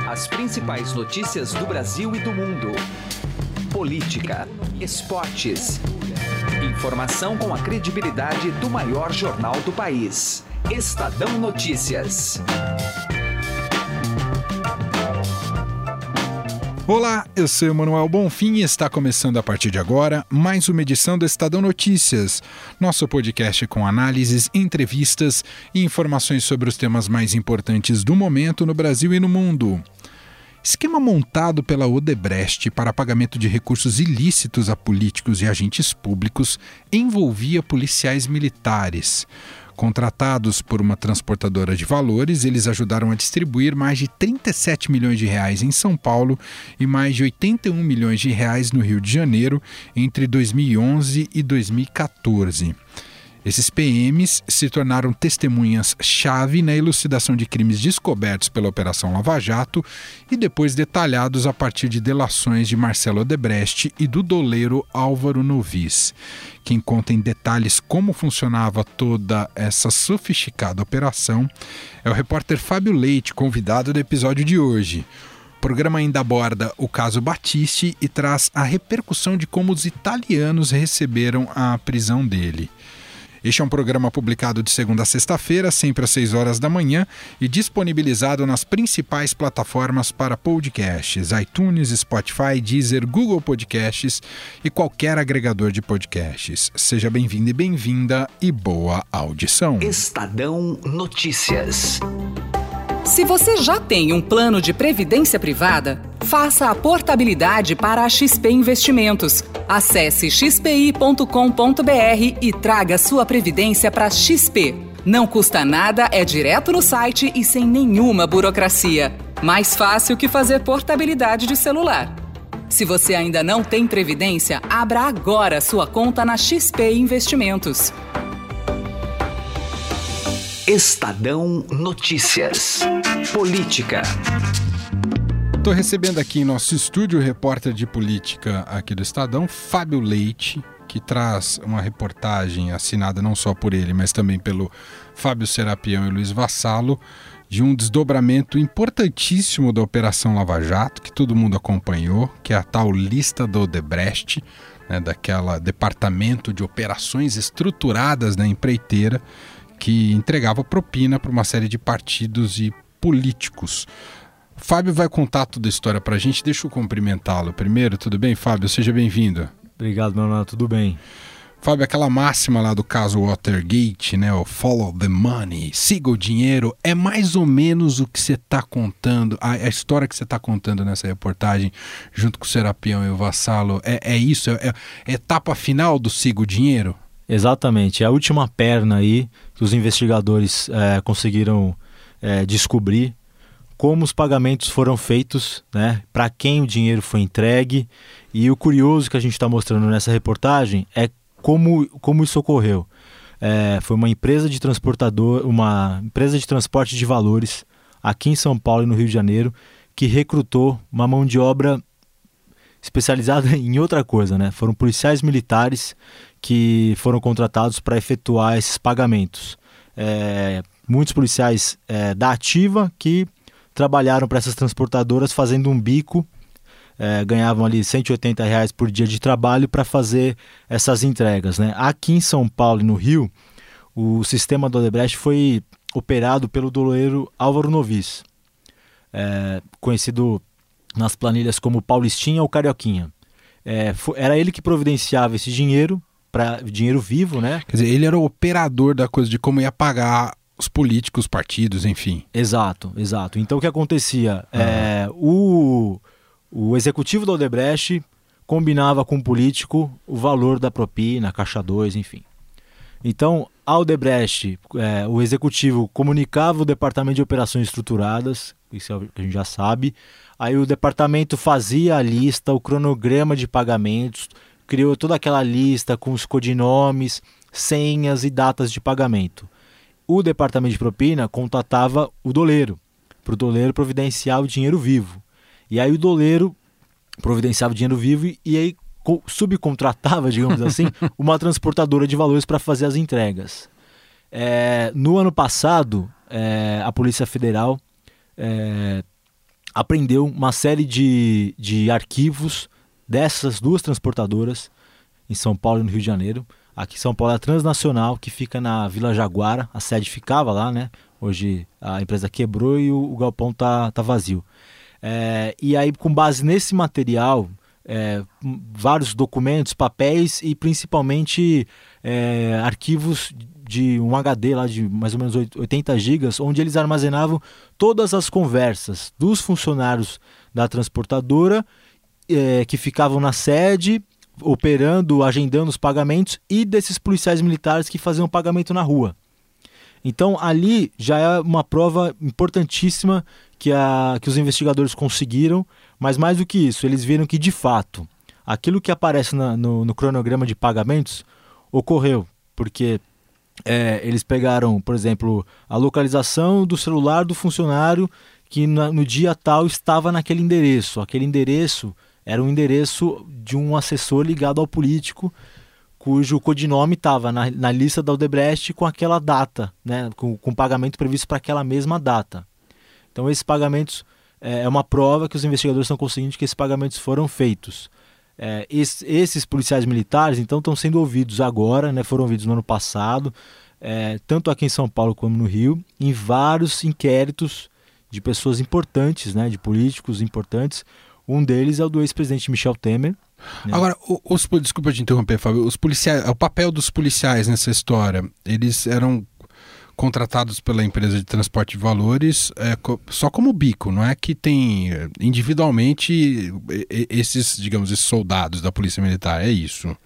As principais notícias do Brasil e do mundo. Política, esportes. Informação com a credibilidade do maior jornal do país. Estadão Notícias. Olá, eu sou Emanuel Bonfim e está começando a partir de agora mais uma edição do Estadão Notícias, nosso podcast com análises, entrevistas e informações sobre os temas mais importantes do momento no Brasil e no mundo. Esquema montado pela Odebrecht para pagamento de recursos ilícitos a políticos e agentes públicos envolvia policiais militares. Contratados por uma transportadora de valores, eles ajudaram a distribuir mais de 37 milhões de reais em São Paulo e mais de 81 milhões de reais no Rio de Janeiro entre 2011 e 2014. Esses PMs se tornaram testemunhas-chave na elucidação de crimes descobertos pela Operação Lava Jato e depois detalhados a partir de delações de Marcelo Odebrecht e do doleiro Álvaro Novis. Quem conta em detalhes como funcionava toda essa sofisticada operação é o repórter Fábio Leite, convidado do episódio de hoje. O programa ainda aborda o caso Battisti e traz a repercussão de como os italianos receberam a prisão dele. Este é um programa publicado de segunda a sexta-feira, sempre às 6 horas da manhã e disponibilizado nas principais plataformas para podcasts, iTunes, Spotify, Deezer, Google Podcasts e qualquer agregador de podcasts. Seja bem-vindo e bem-vinda e boa audição. Estadão Notícias. Se você já tem um plano de previdência privada, faça a portabilidade para a XP Investimentos. Acesse xpi.com.br e traga sua previdência para XP. Não custa nada, é direto no site e sem nenhuma burocracia. Mais fácil que fazer portabilidade de celular. Se você ainda não tem previdência, abra agora sua conta na XP Investimentos. Estadão Notícias. Política. Estou recebendo aqui em nosso estúdio o repórter de política aqui do Estadão, Fábio Leite, que traz uma reportagem assinada não só por ele, mas também pelo Fábio Serapião e Luiz Vassalo, de um desdobramento importantíssimo da Operação Lava Jato, que todo mundo acompanhou, que é a tal lista do Odebrecht, né, daquela departamento de operações estruturadas na empreiteira, que entregava propina para uma série de partidos e políticos. O Fábio vai contar toda a história para a gente. Deixa eu cumprimentá-lo primeiro. Tudo bem, Fábio? Seja bem-vindo. Obrigado, meu irmão. Tudo bem. Fábio, aquela máxima lá do caso Watergate, né? O follow the money, siga o dinheiro, é mais ou menos o que você está contando, a história que você está contando nessa reportagem, junto com o Serapião e o Vassalo. É isso? É a etapa final do siga o dinheiro? Exatamente, é a última perna aí que os investigadores conseguiram descobrir como os pagamentos foram feitos, né, para quem o dinheiro foi entregue, e o curioso que a gente está mostrando nessa reportagem é como isso ocorreu. Foi uma empresa de transporte de valores aqui em São Paulo e no Rio de Janeiro que recrutou uma mão de obra especializada em outra coisa, né? Foram policiais militares que foram contratados para efetuar esses pagamentos. Muitos policiais da ativa que trabalharam para essas transportadoras fazendo um bico, ganhavam ali R$180 por dia de trabalho para fazer essas entregas, né? Aqui em São Paulo e no Rio, o sistema do Odebrecht foi operado pelo doleiro Álvaro Novis, conhecido nas planilhas como Paulistinha ou Carioquinha. Era ele que providenciava esse dinheiro, dinheiro vivo, né? Quer dizer, ele era o operador da coisa de como ia pagar os políticos, os partidos, enfim. Exato. Então o que acontecia? O executivo do Odebrecht combinava com o político o valor da propina, caixa 2, enfim. Então, a Odebrecht, o executivo comunicava o departamento de operações estruturadas, isso é o que a gente já sabe. Aí o departamento fazia a lista, o cronograma de pagamentos, criou toda aquela lista com os codinomes, senhas e datas de pagamento. O departamento de propina contatava o doleiro, para o doleiro providenciar o dinheiro vivo. E aí o doleiro providenciava o dinheiro vivo e aí subcontratava, digamos assim, uma transportadora de valores para fazer as entregas. No ano passado, a Polícia Federal apreendeu uma série de arquivos dessas duas transportadoras em São Paulo e no Rio de Janeiro. Aqui em São Paulo é a Transnacional, que fica na Vila Jaguara, a sede ficava lá, né? Hoje a empresa quebrou e o galpão tá vazio. E aí, com base nesse material, vários documentos, papéis e principalmente arquivos de um HD lá de mais ou menos 80 gigas, onde eles armazenavam todas as conversas dos funcionários da transportadora que ficavam na sede, operando, agendando os pagamentos, e desses policiais militares que faziam pagamento na rua. Então ali já é uma prova importantíssima que os investigadores conseguiram, mas mais do que isso, eles viram que de fato aquilo que aparece no cronograma de pagamentos ocorreu, porque eles pegaram, por exemplo, a localização do celular do funcionário que no dia tal estava naquele endereço. Aquele endereço era um endereço de um assessor ligado ao político, cujo codinome estava na lista da Odebrecht com aquela data, né, com pagamento previsto para aquela mesma data. Então esses pagamentos é uma prova que os investigadores estão conseguindo que esses pagamentos foram feitos. Esses policiais militares então estão sendo ouvidos agora, né, foram ouvidos no ano passado, tanto aqui em São Paulo como no Rio, em vários inquéritos de pessoas importantes, né, de políticos importantes. Um deles é o do ex-presidente Michel Temer. Né? Agora, desculpa te interromper, Fábio, os policiais, o papel dos policiais nessa história, eles eram contratados pela empresa de transporte de valores só como bico, não é que tem individualmente esses soldados da Polícia Militar, é isso?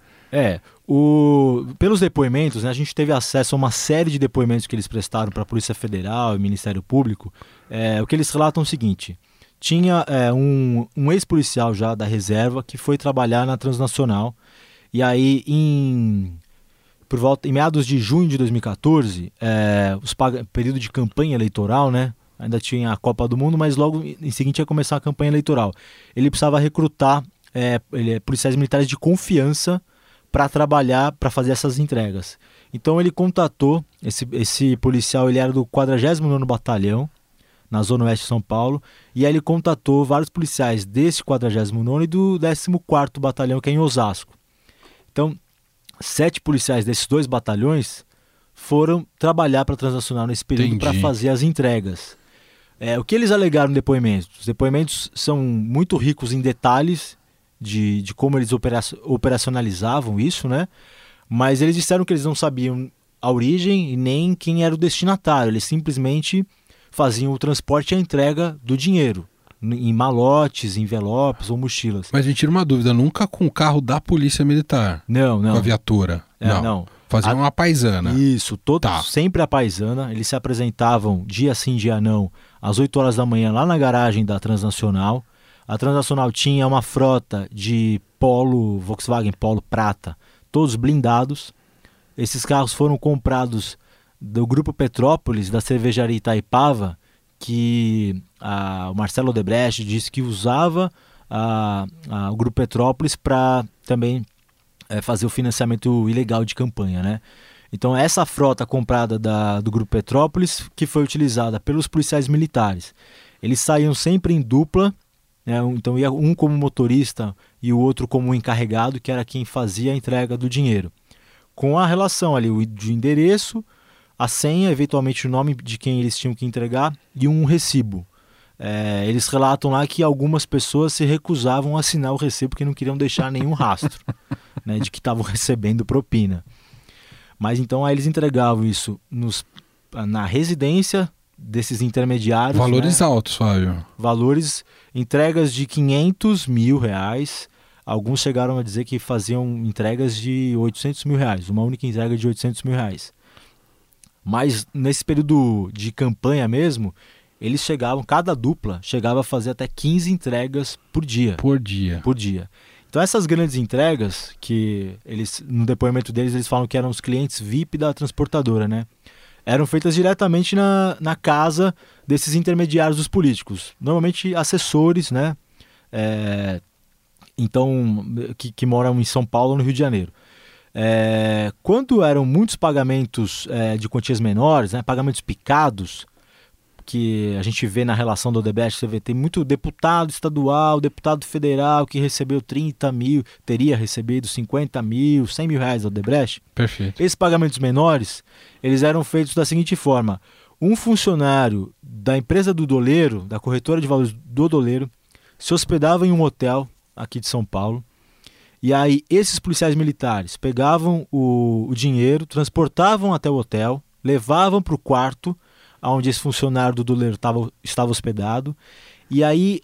Pelos depoimentos, né, a gente teve acesso a uma série de depoimentos que eles prestaram para a Polícia Federal e Ministério Público. O que eles relatam é o seguinte: tinha um ex-policial já da reserva que foi trabalhar na Transnacional, e aí em meados de junho de 2014, período de campanha eleitoral, né? Ainda tinha a Copa do Mundo, mas logo em seguida ia começar a campanha eleitoral. Ele precisava recrutar policiais militares de confiança para trabalhar, para fazer essas entregas. Então ele contatou, esse policial, ele era do 49º Batalhão, na Zona Oeste de São Paulo, e aí ele contatou vários policiais desse 49º e do 14º Batalhão, que é em Osasco. Então, 7 policiais desses 2 batalhões foram trabalhar para a Transnacional nesse período para fazer as entregas. O que eles alegaram no depoimento? Os depoimentos são muito ricos em detalhes de como eles operacionalizavam isso, né? Mas eles disseram que eles não sabiam a origem e nem quem era o destinatário. Eles simplesmente faziam o transporte e a entrega do dinheiro em malotes, envelopes ou mochilas. Mas me tira uma dúvida, nunca com o carro da Polícia Militar? Não. Com a viatura? Não. Faziam uma paisana? Isso, sempre a paisana. Eles se apresentavam dia sim, dia não, às 8 horas da manhã lá na garagem da Transnacional. A Transnacional tinha uma frota de Polo, Volkswagen Polo Prata, todos blindados. Esses carros foram comprados do Grupo Petrópolis, da cervejaria Itaipava, que o Marcelo Odebrecht disse que usava o Grupo Petrópolis para também fazer o financiamento ilegal de campanha, né? Então essa frota comprada do Grupo Petrópolis, que foi utilizada pelos policiais militares, eles saíam sempre em dupla, né? Então ia um como motorista e o outro como encarregado, que era quem fazia a entrega do dinheiro, com a relação ali de endereço, a senha, eventualmente o nome de quem eles tinham que entregar e um recibo. Eles relatam lá que algumas pessoas se recusavam a assinar o recibo porque não queriam deixar nenhum rastro né, de que estavam recebendo propina. Mas então aí eles entregavam isso na residência desses intermediários. Valores altos, Fábio. Valores, entregas de R$500 mil. Alguns chegaram a dizer que faziam entregas de R$800 mil. Uma única entrega de R$800 mil. Mas nesse período de campanha mesmo, eles cada dupla chegava a fazer até 15 entregas por dia. Por dia. Então essas grandes entregas, que eles, no depoimento deles, eles falam que eram os clientes VIP da transportadora, né? Eram feitas diretamente na casa desses intermediários dos políticos. Normalmente assessores, né? Então, que moram em São Paulo ou no Rio de Janeiro. Quando eram muitos pagamentos de quantias menores, né, pagamentos picados, que a gente vê na relação do Odebrecht, você vê, tem muito deputado estadual, deputado federal que recebeu 30 mil, teria recebido 50 mil, 100 mil reais do Odebrecht. Perfeito. Esses pagamentos menores, eles eram feitos da seguinte forma: um funcionário da empresa do doleiro, da corretora de valores do doleiro, se hospedava em um hotel aqui de São Paulo, e aí esses policiais militares pegavam o dinheiro, transportavam até o hotel, levavam para o quarto onde esse funcionário do doleiro estava hospedado, e aí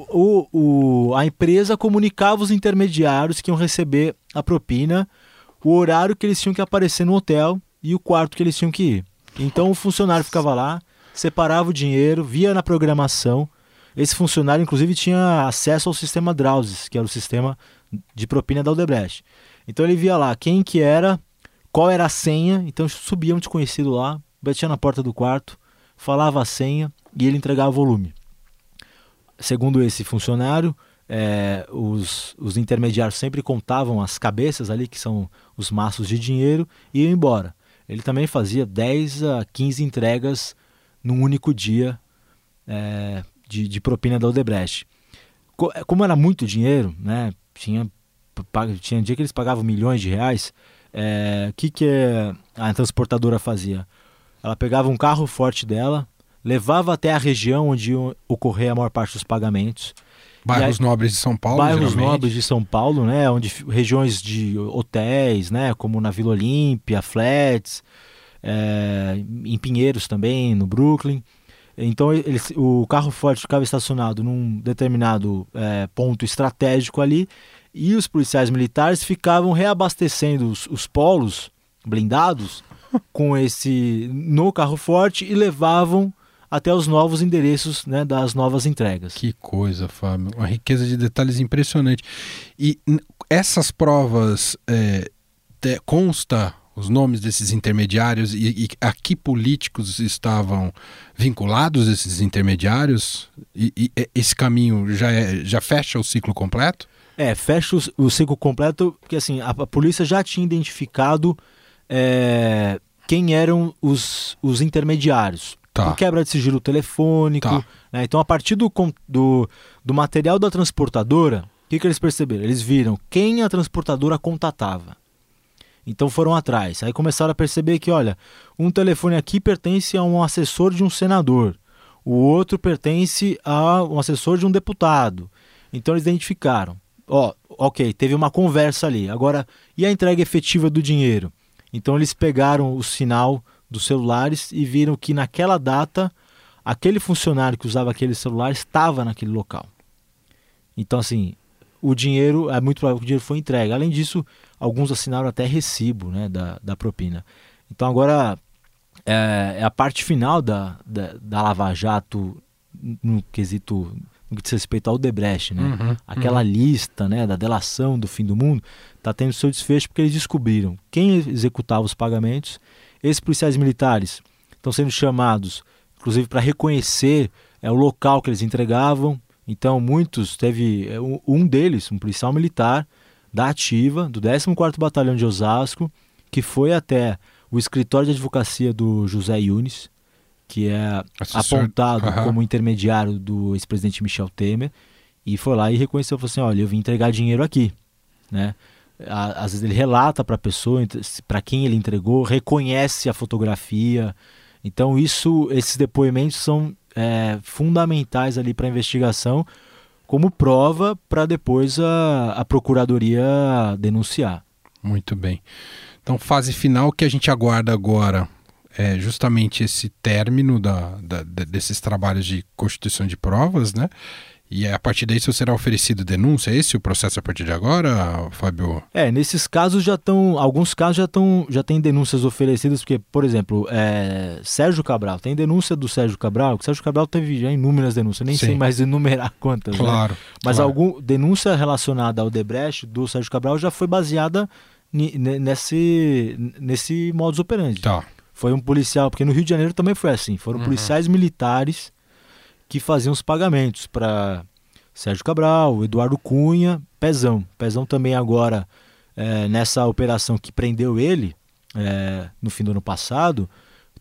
a empresa comunicava os intermediários que iam receber a propina, o horário que eles tinham que aparecer no hotel e o quarto que eles tinham que ir. Então o funcionário ficava lá, separava o dinheiro, via na programação. Esse funcionário, inclusive, tinha acesso ao sistema Drauzes, que era o sistema de propina da Odebrecht. Então ele via lá quem que era, qual era a senha, então subia um desconhecido lá, batia na porta do quarto, falava a senha e ele entregava o volume. Segundo esse funcionário, os intermediários sempre contavam as cabeças ali, que são os maços de dinheiro, e iam embora. Ele também fazia 10 a 15 entregas num único dia de propina da Odebrecht. Como era muito dinheiro, né, tinha dia que eles pagavam milhões de reais, o que a transportadora fazia? Ela pegava um carro forte dela, levava até a região onde iam ocorrer a maior parte dos pagamentos. Bairros nobres de São Paulo, Bairros geralmente. nobres de São Paulo, né, onde regiões de hotéis, né, como na Vila Olímpia, Flats, em Pinheiros também, no Brooklyn. Então o carro forte ficava estacionado num determinado ponto estratégico ali, e os policiais militares ficavam reabastecendo os polos blindados no carro forte e levavam até os novos endereços, né, das novas entregas. Que coisa, Fábio. Uma riqueza de detalhes impressionante. E essas provas consta os nomes desses intermediários e a que políticos estavam vinculados, esses intermediários? E esse caminho já fecha o ciclo completo? Fecha o ciclo completo, porque assim, a polícia já tinha identificado quem eram os intermediários. Tá. Por quebra de sigilo telefônico. Tá. Né? Então, a partir do material da transportadora, o que eles perceberam? Eles viram quem a transportadora contatava. Então foram atrás. Aí começaram a perceber que, olha, um telefone aqui pertence a um assessor de um senador, o outro pertence a um assessor de um deputado. Então eles identificaram. Ok, teve uma conversa ali. Agora, e a entrega efetiva do dinheiro? Então eles pegaram o sinal dos celulares e viram que naquela data aquele funcionário que usava aquele celular estava naquele local. Então assim, o dinheiro, é muito provável que o dinheiro foi entregue. Além disso, alguns assinaram até recibo, né, da propina. Então agora é a parte final da Lava Jato no quesito, no que diz respeito ao Odebrecht, né? Aquela lista, né, da delação do fim do mundo está tendo seu desfecho porque eles descobriram quem executava os pagamentos. Esses policiais militares estão sendo chamados, inclusive, para reconhecer o local que eles entregavam. Então, teve um deles, um policial militar da ativa, do 14º Batalhão de Osasco, que foi até o escritório de advocacia do José Yunes, que é apontado como intermediário do ex-presidente Michel Temer, e foi lá e reconheceu, falou assim, olha, eu vim entregar dinheiro aqui, né? Às vezes ele relata para a pessoa, para quem ele entregou, reconhece a fotografia. Então esses depoimentos são fundamentais ali para a investigação, como prova para depois a Procuradoria denunciar. Muito bem. Então, fase final que a gente aguarda agora é justamente esse término desses trabalhos de constituição de provas, né? E a partir daí será oferecido denúncia? É esse o processo a partir de agora, Fábio? Nesses casos alguns casos já tem denúncias oferecidas, porque, por exemplo, Sérgio Cabral, tem denúncia do Sérgio Cabral, que Sérgio Cabral teve já inúmeras denúncias, nem sei mais enumerar quantas. Claro. Né? Mas claro. Denúncia relacionada ao Odebrecht do Sérgio Cabral já foi baseada nesse modus operandi. Tá. Foi um policial, porque no Rio de Janeiro também foi assim, foram policiais militares que faziam os pagamentos para Sérgio Cabral, Eduardo Cunha, Pezão. Pezão também agora, nessa operação que prendeu ele, no fim do ano passado,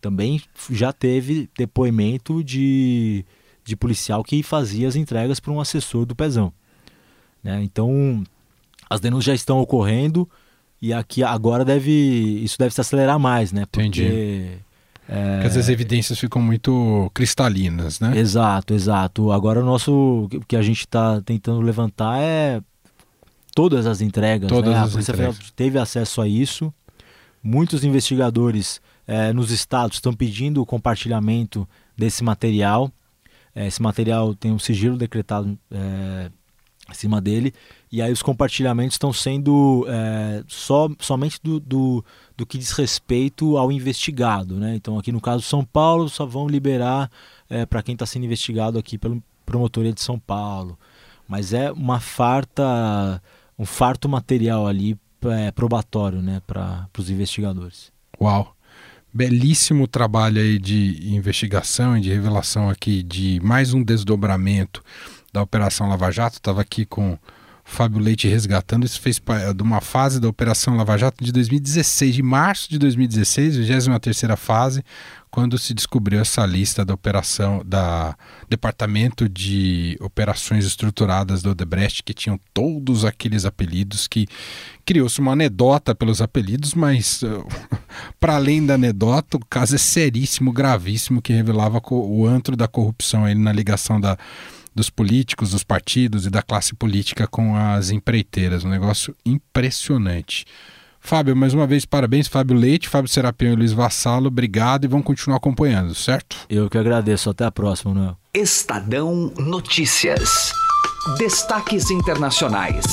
também já teve depoimento de policial que fazia as entregas para um assessor do Pezão, né? Então, as denúncias já estão ocorrendo e aqui agora isso deve se acelerar mais, né? Porque, entendi. Porque as evidências ficam muito cristalinas, né? Exato. Agora o que a gente está tentando levantar é todas as entregas, né? A Polícia Federal teve acesso a isso. Muitos investigadores nos estados estão pedindo o compartilhamento desse material. Esse material tem um sigilo decretado em cima dele, e aí os compartilhamentos estão sendo somente do que diz respeito ao investigado, né? Então aqui no caso de São Paulo só vão liberar para quem está sendo investigado aqui pela Promotoria de São Paulo, mas é um farto material ali probatório, né, para os investigadores. Uau! Belíssimo trabalho aí de investigação e de revelação aqui de mais um desdobramento da Operação Lava Jato. Estava aqui com o Fábio Leite resgatando. Isso fez de uma fase da Operação Lava Jato de 2016, de março de 2016, 23ª fase, quando se descobriu essa lista da operação da Departamento de Operações Estruturadas do Odebrecht, que tinham todos aqueles apelidos, que criou-se uma anedota pelos apelidos, mas para além da anedota, o caso é seríssimo, gravíssimo, que revelava o antro da corrupção aí na ligação dos políticos, dos partidos e da classe política com as empreiteiras. Um negócio impressionante. Fábio, mais uma vez, parabéns, Fábio Leite, Fábio Serapião e Luiz Vassalo, obrigado e vamos continuar acompanhando, certo? Eu que agradeço, até a próxima, Noel. Estadão Notícias. Destaques internacionais.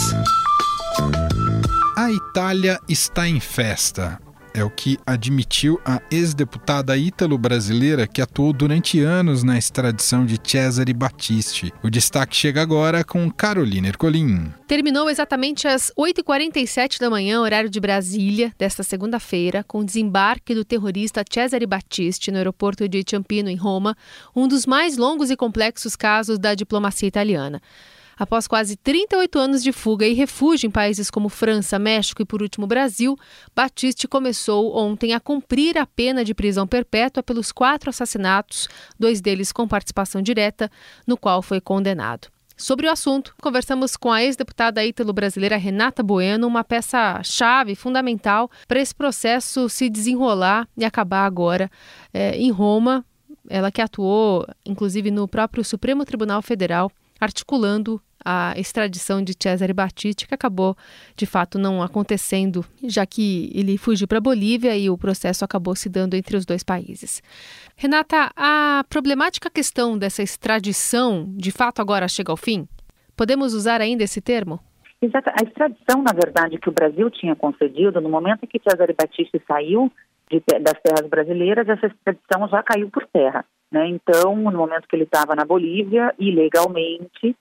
A Itália está em festa. É o que admitiu a ex-deputada ítalo-brasileira que atuou durante anos na extradição de Cesare Battisti. O destaque chega agora com Carolina Ercolim. Terminou exatamente às 8h47 da manhã, horário de Brasília, desta segunda-feira, com o desembarque do terrorista Cesare Battisti no aeroporto de Ciampino, em Roma, um dos mais longos e complexos casos da diplomacia italiana. Após quase 38 anos de fuga e refúgio em países como França, México e, por último, Brasil, Battisti começou ontem a cumprir a pena de prisão perpétua pelos 4 assassinatos, 2 deles com participação direta, no qual foi condenado. Sobre o assunto, conversamos com a ex-deputada ítalo-brasileira Renata Bueno, uma peça-chave fundamental para esse processo se desenrolar e acabar agora em Roma. Ela que atuou, inclusive, no próprio Supremo Tribunal Federal, articulando a extradição de Cesare Battisti, que acabou, de fato, não acontecendo, já que ele fugiu para a Bolívia e o processo acabou se dando entre os dois países. Renata, a problemática questão dessa extradição, de fato, agora chega ao fim? Podemos usar ainda esse termo? Exato. A extradição, na verdade, que o Brasil tinha concedido, no momento em que Cesare Battisti saiu das terras brasileiras, essa extradição já caiu por terra, né? Então, no momento que ele estava na Bolívia, ilegalmente,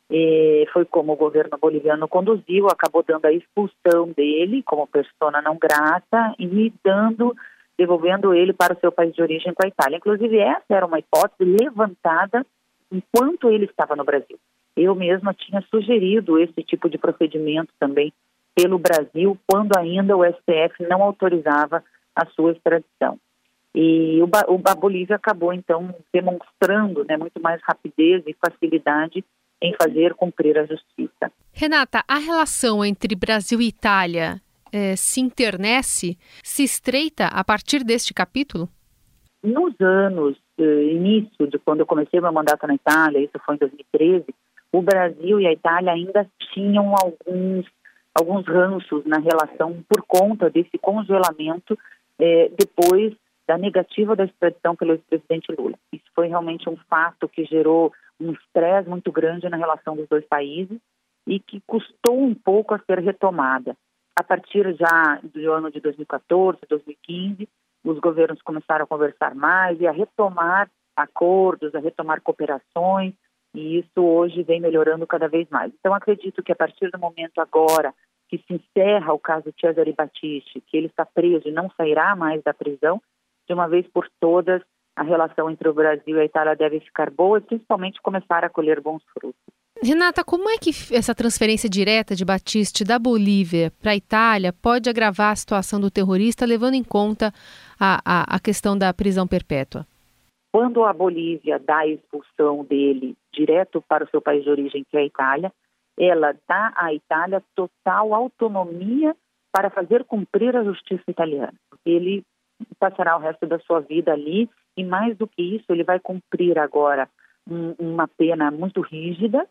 foi como o governo boliviano conduziu, acabou dando a expulsão dele como persona não grata e devolvendo ele para o seu país de origem, com a Itália. Inclusive, essa era uma hipótese levantada enquanto ele estava no Brasil. Eu mesma tinha sugerido esse tipo de procedimento também pelo Brasil, quando ainda o STF não autorizava a sua extradição. E a Bolívia acabou, então, demonstrando, né, muito mais rapidez e facilidade em fazer cumprir a justiça. Renata, a relação entre Brasil e Itália se internece, se estreita a partir deste capítulo? Nos anos, início de quando eu comecei meu mandato na Itália, isso foi em 2013, o Brasil e a Itália ainda tinham alguns ranços na relação por conta desse congelamento depois da negativa da extradição pelo ex-presidente Lula. Isso foi realmente um fato que gerou um estresse muito grande na relação dos dois países e que custou um pouco a ser retomada. A partir já do ano de 2014, 2015, os governos começaram a conversar mais e a retomar acordos, a retomar cooperações, e isso hoje vem melhorando cada vez mais. Então, acredito que a partir do momento agora que se encerra o caso Cesare Battisti, que ele está preso e não sairá mais da prisão, de uma vez por todas, a relação entre o Brasil e a Itália deve ficar boa e principalmente começar a colher bons frutos. Renata, como é que essa transferência direta de Battisti da Bolívia para a Itália pode agravar a situação do terrorista, levando em conta a questão da prisão perpétua? Quando a Bolívia dá a expulsão dele direto para o seu país de origem, que é a Itália, ela dá à Itália total autonomia para fazer cumprir a justiça italiana. Ele passará o resto da sua vida ali e, mais do que isso, ele vai cumprir agora uma pena muito rígida,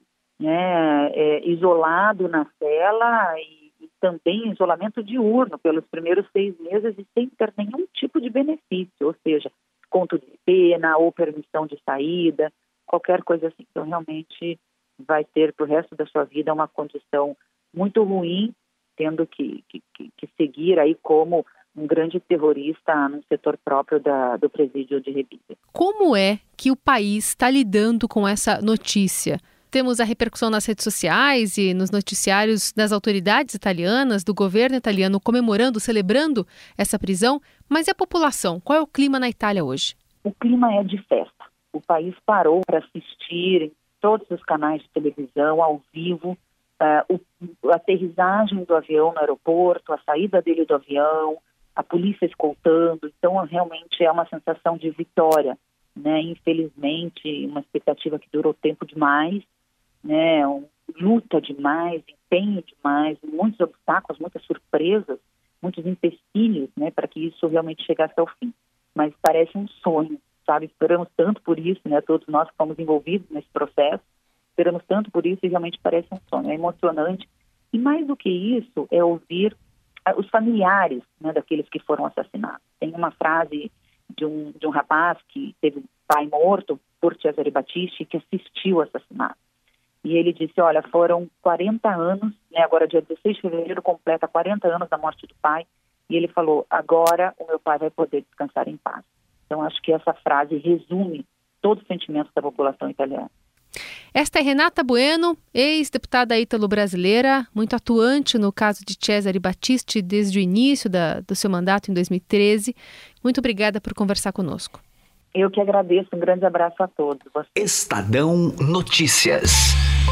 né, isolado na cela e também isolamento diurno pelos primeiros 6 meses e sem ter nenhum tipo de benefício, ou seja, conto de pena ou permissão de saída, qualquer coisa assim. Então, realmente vai ter para o resto da sua vida uma condição muito ruim, tendo que seguir aí como um grande terrorista num setor próprio do presídio de Rebibbia. Como é que o país está lidando com essa notícia? Temos a repercussão nas redes sociais e nos noticiários das autoridades italianas, do governo italiano comemorando, celebrando essa prisão, mas e a população? Qual é o clima na Itália hoje? O clima é de festa. O país parou para assistir em todos os canais de televisão, ao vivo, a aterrissagem do avião no aeroporto, a saída dele do avião, a polícia escoltando. Então, realmente é uma sensação de vitória, né? Infelizmente, uma expectativa que durou tempo demais, né? Luta demais, empenho demais, muitos obstáculos, muitas surpresas, muitos empecilhos, né, para que isso realmente chegasse ao fim. Mas parece um sonho, sabe? Esperamos tanto por isso, né? Todos nós que fomos envolvidos nesse processo, esperamos tanto por isso e realmente parece um sonho. É emocionante. E mais do que isso, é ouvir os familiares, né, daqueles que foram assassinados. Tem uma frase de um rapaz que teve um pai morto por Cesare Battisti, que assistiu ao assassinato. E ele disse, olha, foram 40 anos, né, agora dia 16 de fevereiro completa 40 anos da morte do pai, e ele falou, agora o meu pai vai poder descansar em paz. Então, acho que essa frase resume todo o sentimento da população italiana. Esta é Renata Bueno, ex-deputada ítalo-brasileira, muito atuante no caso de Cesare Battisti desde o início do seu mandato em 2013. Muito obrigada por conversar conosco. Eu que agradeço, um grande abraço a todos. Estadão Notícias.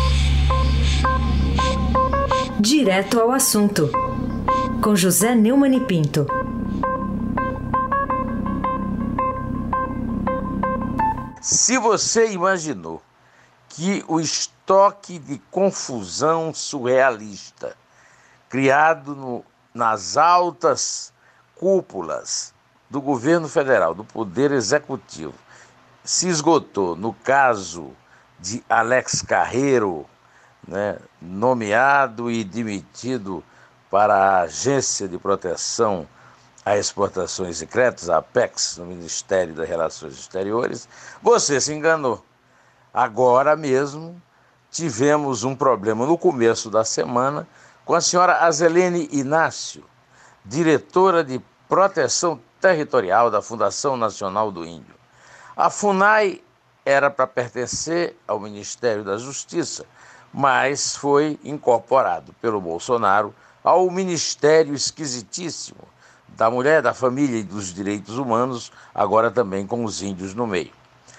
Direto ao assunto, com José Neumann e Pinto. Se você imaginou que o estoque de confusão surrealista criado nas altas cúpulas do governo federal, do Poder Executivo, se esgotou no caso de Alex Carreiro, né, nomeado e demitido para a Agência de Proteção a Exportações Secretas, a Apex, no Ministério das Relações Exteriores, você se enganou. Agora mesmo tivemos um problema no começo da semana com a senhora Azelene Inácio, diretora de Proteção Territorial da Fundação Nacional do Índio. A FUNAI era para pertencer ao Ministério da Justiça, mas foi incorporado pelo Bolsonaro ao Ministério esquisitíssimo da Mulher, da Família e dos Direitos Humanos, agora também com os índios no meio.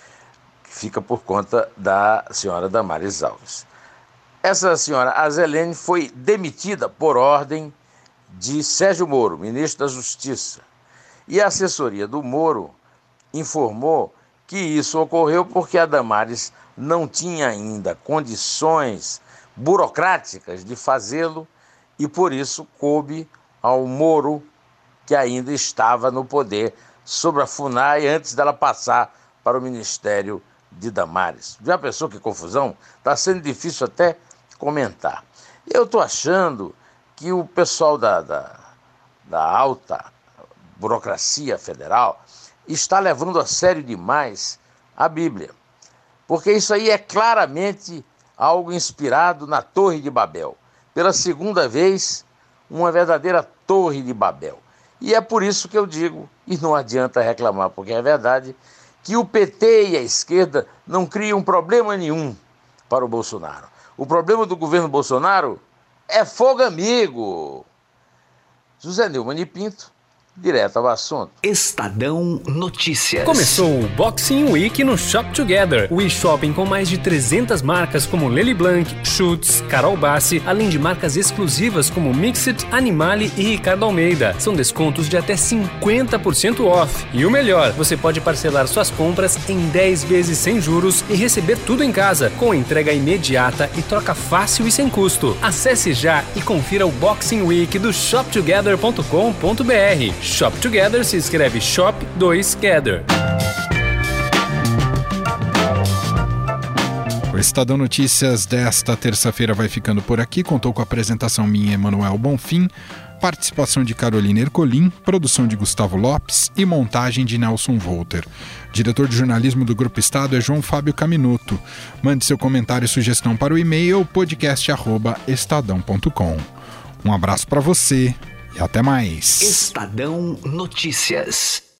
Fica por conta da senhora Damares Alves. Essa senhora Azelene foi demitida por ordem de Sérgio Moro, ministro da Justiça. E a assessoria do Moro informou que isso ocorreu porque a Damares não tinha ainda condições burocráticas de fazê-lo e por isso coube ao Moro, que ainda estava no poder sobre a FUNAI antes dela passar para o Ministério de Damares. Já pensou que confusão? Está sendo difícil até comentar. Eu estou achando que o pessoal da alta burocracia federal está levando a sério demais a Bíblia. Porque isso aí é claramente algo inspirado na Torre de Babel. Pela segunda vez, uma verdadeira Torre de Babel. E é por isso que eu digo, e não adianta reclamar, porque é verdade, que o PT e a esquerda não criam problema nenhum para o Bolsonaro. O problema do governo Bolsonaro é fogo amigo. José Neumann e Pinto, direto ao assunto. Estadão Notícias. Começou o Boxing Week no Shop Together, o e-shopping com mais de 300 marcas como Lely Blanc, Schutz, Carol Bassi, além de marcas exclusivas como Mixit, Animale e Ricardo Almeida. São descontos de até 50% off. E o melhor, você pode parcelar suas compras em 10 vezes sem juros e receber tudo em casa, com entrega imediata e troca fácil e sem custo. Acesse já e confira o Boxing Week do shoptogether.com.br. Shop Together se escreve Shop 2 Gather. O Estadão Notícias desta terça-feira vai ficando por aqui. Contou com a apresentação minha, Emanuel Bonfim, participação de Carolina Ercolim, produção de Gustavo Lopes e montagem de Nelson Volter. Diretor de jornalismo do Grupo Estado é João Fábio Caminuto. Mande seu comentário e sugestão para o e-mail podcast@estadão.com. Um abraço para você e até mais. Estadão Notícias.